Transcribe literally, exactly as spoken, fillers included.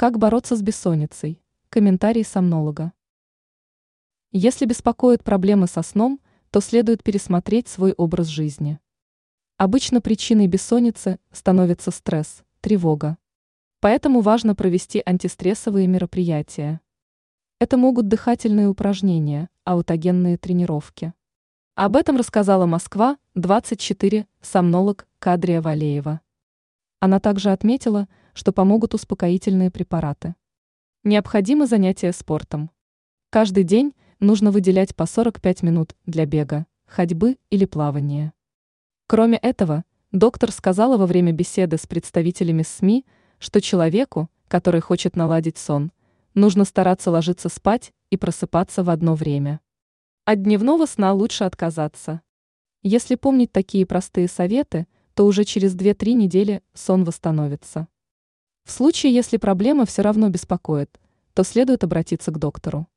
Как бороться с бессонницей? Комментарий сомнолога. Если беспокоят проблемы со сном, то следует пересмотреть свой образ жизни. Обычно причиной бессонницы становится стресс, тревога. Поэтому важно провести антистрессовые мероприятия. Это могут дыхательные упражнения, аутогенные тренировки. Об этом рассказала Москва двадцать четыре сомнолог Кадрия Валеева. Она также отметила, что помогут успокоительные препараты. Необходимо занятие спортом. Каждый день нужно выделять по сорок пять минут для бега, ходьбы или плавания. Кроме этого, доктор сказала во время беседы с представителями СМИ, что человеку, который хочет наладить сон, нужно стараться ложиться спать и просыпаться в одно время. От дневного сна лучше отказаться. Если помнить такие простые советы, то уже через две-три недели сон восстановится. В случае, если проблема все равно беспокоит, то следует обратиться к доктору.